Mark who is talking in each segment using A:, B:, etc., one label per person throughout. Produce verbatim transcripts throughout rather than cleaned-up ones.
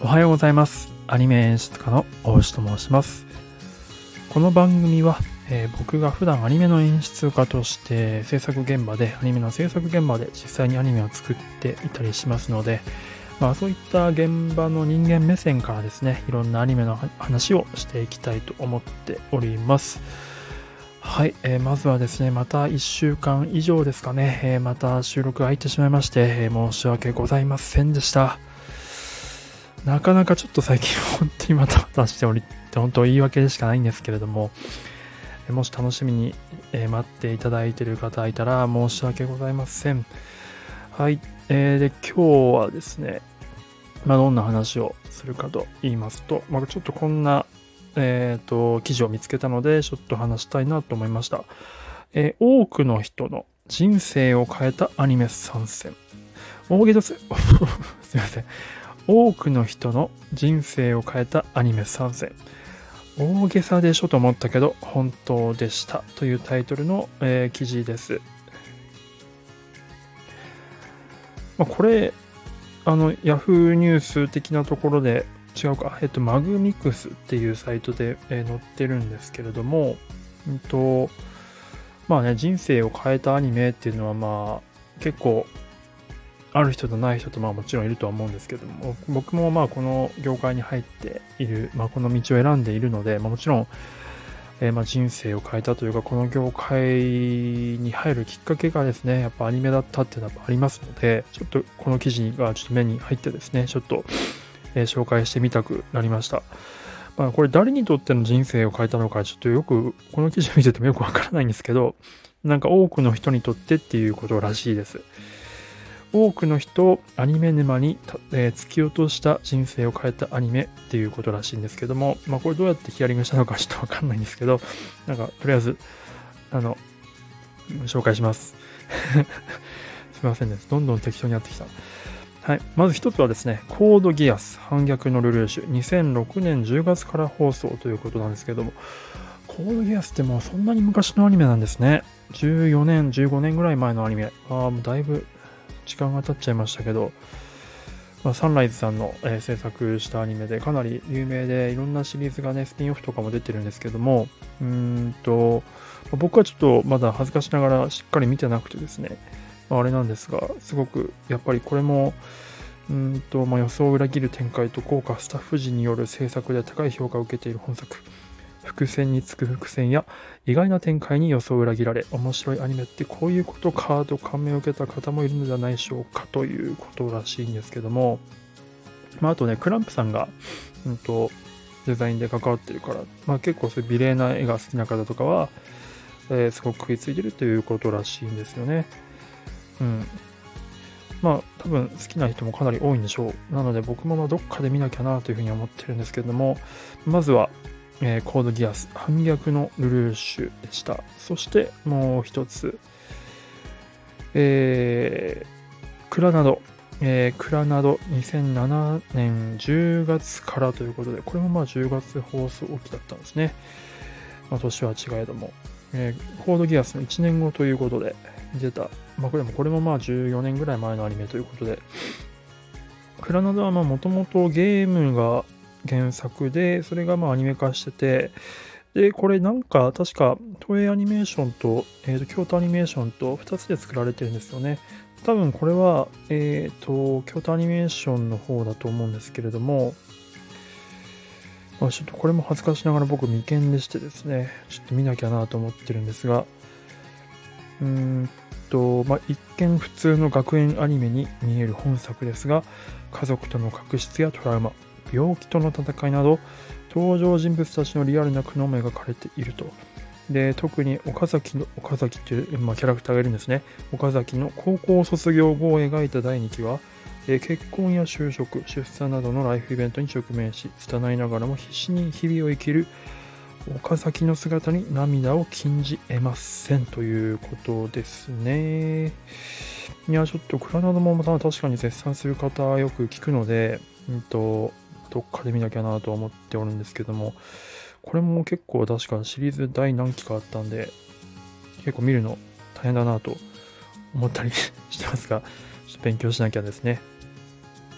A: おはようございます。アニメ演出家の大石と申します。この番組は、えー、僕が普段アニメの演出家として制作現場でアニメの制作現場で実際にアニメを作っていたりしますので、まあ、そういった現場の人間目線からですね、いろんなアニメの話をしていきたいと思っております。はい、えー、まずはですね、またいっしゅうかん以上ですかね、えー、また収録が入ってしまいまして、えー、申し訳ございませんでした。なかなかちょっと最近本当にまたまたしており、本当言い訳でしかないんですけれども、もし楽しみに待っていただいている方いたら申し訳ございません。はい。えー、で、今日はですね、まあ、どんな話をするかと言いますと、まあ、ちょっとこんな、えっと、記事を見つけたので、ちょっと話したいなと思いました。えー、多くの人の人生を変えたアニメ参戦。大げさす、すいません。多くの人の人生を変えたアニメ参戦。大げさでしょと思ったけど本当でしたというタイトルの、えー、記事です。まあ、これあのヤフーニュース的なところで違うか、えっとマグミクスっていうサイトで、えー、載ってるんですけれども、うんとまあね、人生を変えたアニメっていうのはまあ結構ある人とない人とまあもちろんいるとは思うんですけども、僕もまあこの業界に入っている、まあ、この道を選んでいるので、まあ、もちろん、えー、まあ人生を変えたというか、この業界に入るきっかけがですね、やっぱアニメだったっていうのはありますので、ちょっとこの記事がちょっと目に入ってですね、ちょっと、えー、紹介してみたくなりました。まあ、これ誰にとっての人生を変えたのか、ちょっとよく、この記事を見ててもよくわからないんですけど、なんか多くの人にとってっていうことらしいです。多くの人をアニメ沼に、えー、突き落とした人生を変えたアニメっていうことらしいんですけども、まあ、これどうやってヒアリングしたのかちょっとわかんないんですけど、なんかとりあえずあの紹介します。すみませんね、どんどん適当になってきた。はい、まず一つはですね、コードギアス反逆のルルーシュ、にせんろくねんじゅうがつから放送ということなんですけども、コードギアスってもうそんなに昔のアニメなんですね。じゅうよねん、じゅうごねんぐらい前のアニメ。ああ、もうだいぶ時間が経っちゃいましたけど、まあ、サンライズさんの、えー、制作したアニメでかなり有名で、いろんなシリーズがね、スピンオフとかも出てるんですけども、うーんと、僕はちょっとまだ恥ずかしながらしっかり見てなくてですね、まあ、あれなんですが、すごくやっぱりこれも、うーんとまあ、予想を裏切る展開と豪華スタッフ陣による制作で高い評価を受けている本作。伏線につく伏線や意外な展開に予想を裏切られ、面白いアニメってこういうことかと感銘を受けた方もいるのではないでしょうかということらしいんですけども、まあ、あとね、クランプさんが、うんと、デザインで関わってるから、まあ、結構そういう美麗な絵が好きな方とかは、えー、すごく食いついてるということらしいんですよね。うん。まあ、多分好きな人もかなり多いんでしょう。なので僕もまあどっかで見なきゃなというふうに思ってるんですけども、まずは、えー、コードギアス反逆のルルーシュでした。そしてもう一つ、えー、クラナド、えー、クラナドにせんななねんじゅうがつからということで、これもまあじゅうがつ放送期だったんですね。まあ、年は違えども、えー、コードギアスのいちねんごということで出た、まあ、これもこれもまあじゅうよねんぐらい前のアニメということで、クラナドはもともとゲームが原作で、それがまあアニメ化してて、で、これなんか確か東映アニメーションと、えー、と京都アニメーションとふたつで作られてるんですよね。多分これは、えー、と京都アニメーションの方だと思うんですけれども、まあ、ちょっとこれも恥ずかしながら僕未見でしてですね、ちょっと見なきゃなと思ってるんですが、うーんと、まあ、一見普通の学園アニメに見える本作ですが、家族との確執やトラウマ、病気との戦いなど登場人物たちのリアルな苦悩も描かれていると。で、特に岡崎の岡崎という、まあ、キャラクターがいるんですね。岡崎の高校卒業後を描いただいにきは、えー、結婚や就職、出産などのライフイベントに直面し、拙いながらも必死に日々を生きる岡崎の姿に涙を禁じ得ませんということですね。いや、ちょっとクラナドも確かに絶賛する方よく聞くので、うんと、どっかで見なきゃなと思っておるんですけども、これも結構確かシリーズ第何期かあったんで、結構見るの大変だなと思ったりしてますが、ちょっと勉強しなきゃですね。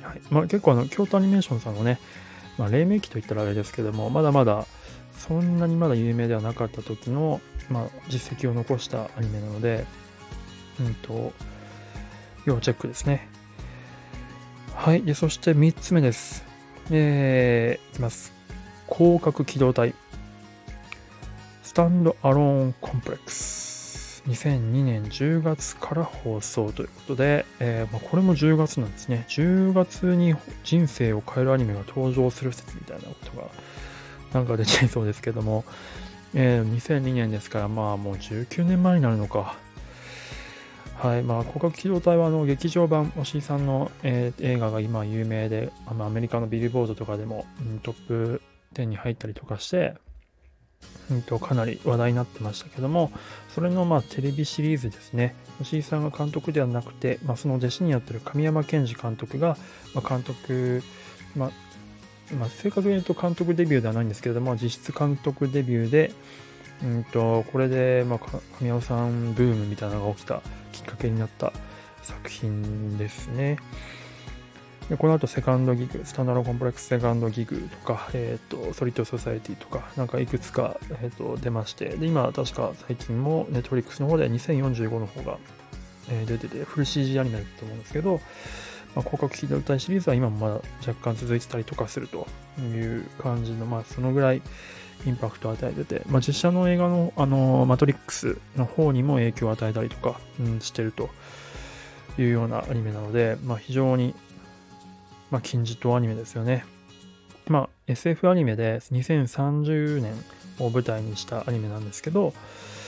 A: はいまあ、結構あの京都アニメーションさんのね、まあ、黎明期といったらあれですけども、まだまだそんなにまだ有名ではなかった時の、まあ、実績を残したアニメなので、うんと、要チェックですね。はい。で、そしてみっつめです。えー、いきます。広角機動隊。スタンドアローンコンプレックス。にせんにねんじゅうがつから放送ということで、えーまあ、これもじゅうがつなんですね。じゅうがつに人生を変えるアニメが登場する説みたいなことがなんか出ちゃいそうですけども、えー、にせんにねんですから、まあもうじゅうきゅうねんまえになるのか。はい、まあ、広角機動隊はあの劇場版、押井さんの、えー映画が今有名で、あのアメリカのビルボードとかでも、うんトップじゅうに入ったりとかして、うんとかなり話題になってましたけども、それのまあテレビシリーズですね。押井さんが監督ではなくて、まあ、その弟子にやってる神山健二監督が、まあ、監督、まあまあ、正確に言うと監督デビューではないんですけれども、実質監督デビューで、うんとこれで、まあ、神山さんブームみたいなのが起きたきっかけになった作品ですね。でこの後セカンドギグ、スタンダードコンプレックスセカンドギグとか、えっ、ー、と、ソリッドソサエティとか、なんかいくつか、えー、と出まして、で、今、確か最近もネットフリックスの方でにせんよんじゅうごの方が、えー、出てて、フル シージー アニメだと思うんですけど、まあ、広角機動隊シリーズは今もまだ若干続いてたりとかするという感じの、まあ、そのぐらいインパクトを与えてて、まあ、実写の映画の、あのマトリックスの方にも影響を与えたりとか、うん、してるというようなアニメなので、まあ、非常に、まあ、金字塔アニメですよね。まあ、エスエフ アニメでにせんさんじゅうねんを舞台にしたアニメなんですけど、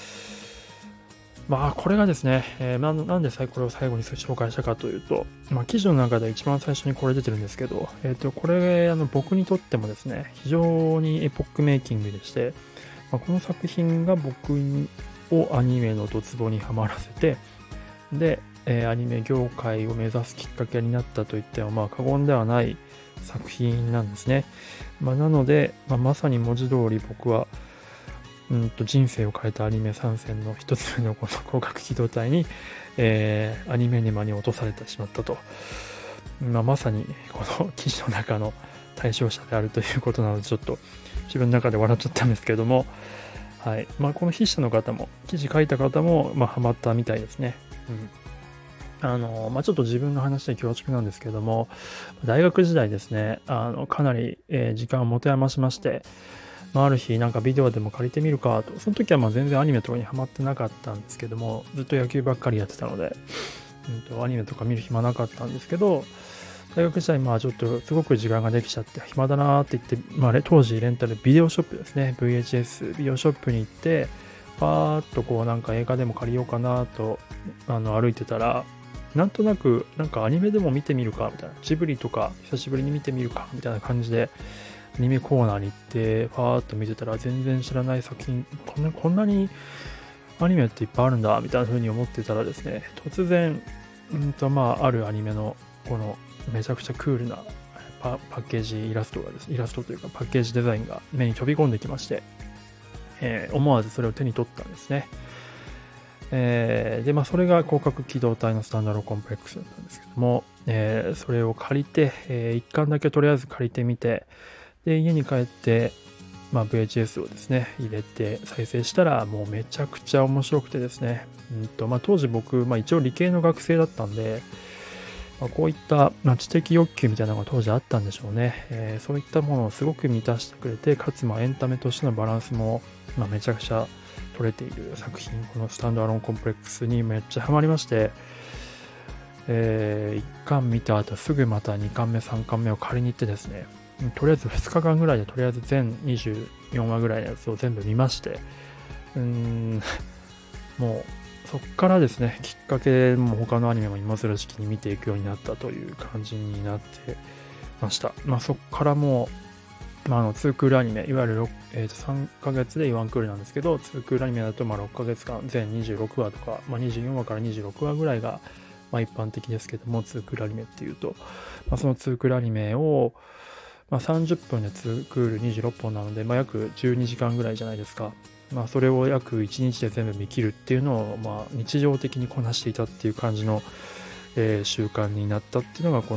A: まあ、これがですね、えー、な, なんでこれを最後に紹介したかというと、まあ、記事の中で一番最初にこれ出てるんですけど、えっと、これ、あの、僕にとってもですね、非常にエポックメイキングでして、まあ、この作品が僕をアニメのドツボにはまらせて、で、えー、アニメ業界を目指すきっかけになったといっても、まあ、過言ではない作品なんですね。まあ、なので、まあ、まさに文字通り僕は、うんと人生を変えたアニメ参戦の一つ目のこの広角機動隊に、えー、アニメ沼に落とされてしまったと、まあ、まさにこの記事の中の対象者であるということなので、ちょっと自分の中で笑っちゃったんですけども、はいまあ、この筆者の方も記事書いた方も、まあ、ハマったみたいですね。うんあのまあ、ちょっと自分の話で恐縮なんですけども、大学時代ですね、あのかなり、えー時間を持て余しまして、まあ、ある日なんかビデオでも借りてみるかと、その時はまあ全然アニメとかにハマってなかったんですけども、ずっと野球ばっかりやってたので、うんとアニメとか見る暇なかったんですけど、大学時代まあちょっとすごく時間ができちゃって暇だなーって言って、まあ、当時レンタルビデオショップですね、 ブイエイチエス ビデオショップに行って、パーッとこうなんか映画でも借りようかなとあの歩いてたら、なんとなくなんかアニメでも見てみるかみたいな、ジブリとか久しぶりに見てみるかみたいな感じでアニメコーナーに行ってファーッと見てたら、全然知らない作品、こんなこんなにアニメっていっぱいあるんだみたいな風に思ってたらですね、突然うんとまああるアニメのこのめちゃくちゃクールなパパッケージイラストがですイラストというかパッケージデザインが目に飛び込んできまして、えー、思わずそれを手に取ったんですね。えー、で、まあ、それが広角機動隊のスタンダードコンプレックスだったんですけども、えー、それを借りて、えー、一巻だけとりあえず借りてみて、で、家に帰って、まあ、ブイエイチエス をですね、入れて再生したら、もうめちゃくちゃ面白くてですね、うんとまあ、当時僕、まあ、一応理系の学生だったんで、まあ、こういった、まあ、知的欲求みたいなのが当時あったんでしょうね。えー、そういったものをすごく満たしてくれて、かつまあエンタメとしてのバランスも、まあ、めちゃくちゃ取れている作品、このスタンドアローンコンプレックスにめっちゃハマりまして、えー、いっかん見た後すぐまたにかんめさんかんめを借りに行ってですね、とりあえずふつかかんぐらいでとりあえず全にじゅうよんわぐらいのやつを全部見まして、うーんもうそっからですね、きっかけも他のアニメも芋づる式に見ていくようになったという感じになってました。まあそっからもう、まあ、あのツークールアニメ、いわゆる、えー、とさんかげつでワンクールなんですけど、ツークールアニメだとまあろっかげつかん全にじゅうろくわとか、まあ、にじゅうよんわからにじゅうろくわぐらいがまあ一般的ですけども、ツークールアニメっていうと、まあ、そのツークールアニメを、まあ、さんじゅっぷんでツークールにじゅうろっぽんなので、まあ、約じゅうにじかんぐらいじゃないですか。まあ、それを約いちにちで全部見切るっていうのを、まあ、日常的にこなしていたっていう感じの、えー習慣になったっていうのがこの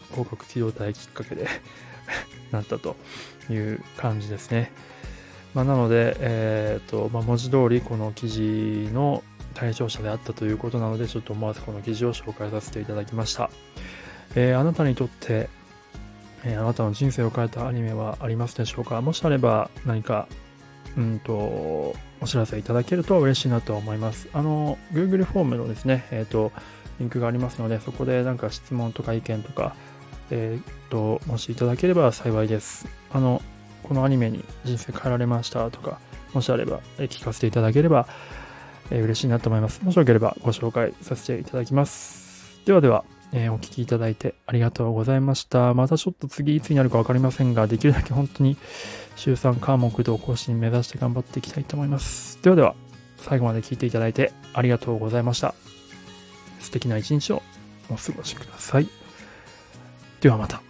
A: 広角機動隊きっかけでなったという感じですね。まあ、なので、えーとまあ、文字通りこの記事の対象者であったということなので、ちょっと思わずこの記事を紹介させていただきました。えー、あなたにとって、えー、あなたの人生を変えたアニメはありますでしょうか。もしあれば何かうんとお知らせいただけると嬉しいなと思います。あの Google フォームのですね、えーとリンクがありますので、そこでなんか質問とか意見とか、えーともしいただければ幸いです。あのこのアニメに人生変えられましたとか、もしあれば聞かせていただければえー、嬉しいなと思います。もしよければご紹介させていただきます。ではでは、えー、お聞きいただいてありがとうございました。またちょっと次いつになるか分かりませんが、できるだけ本当に週さん科目同更新目指して頑張っていきたいと思います。ではでは、最後まで聞いていただいてありがとうございました。素敵な一日をお過ごしください。ではまた。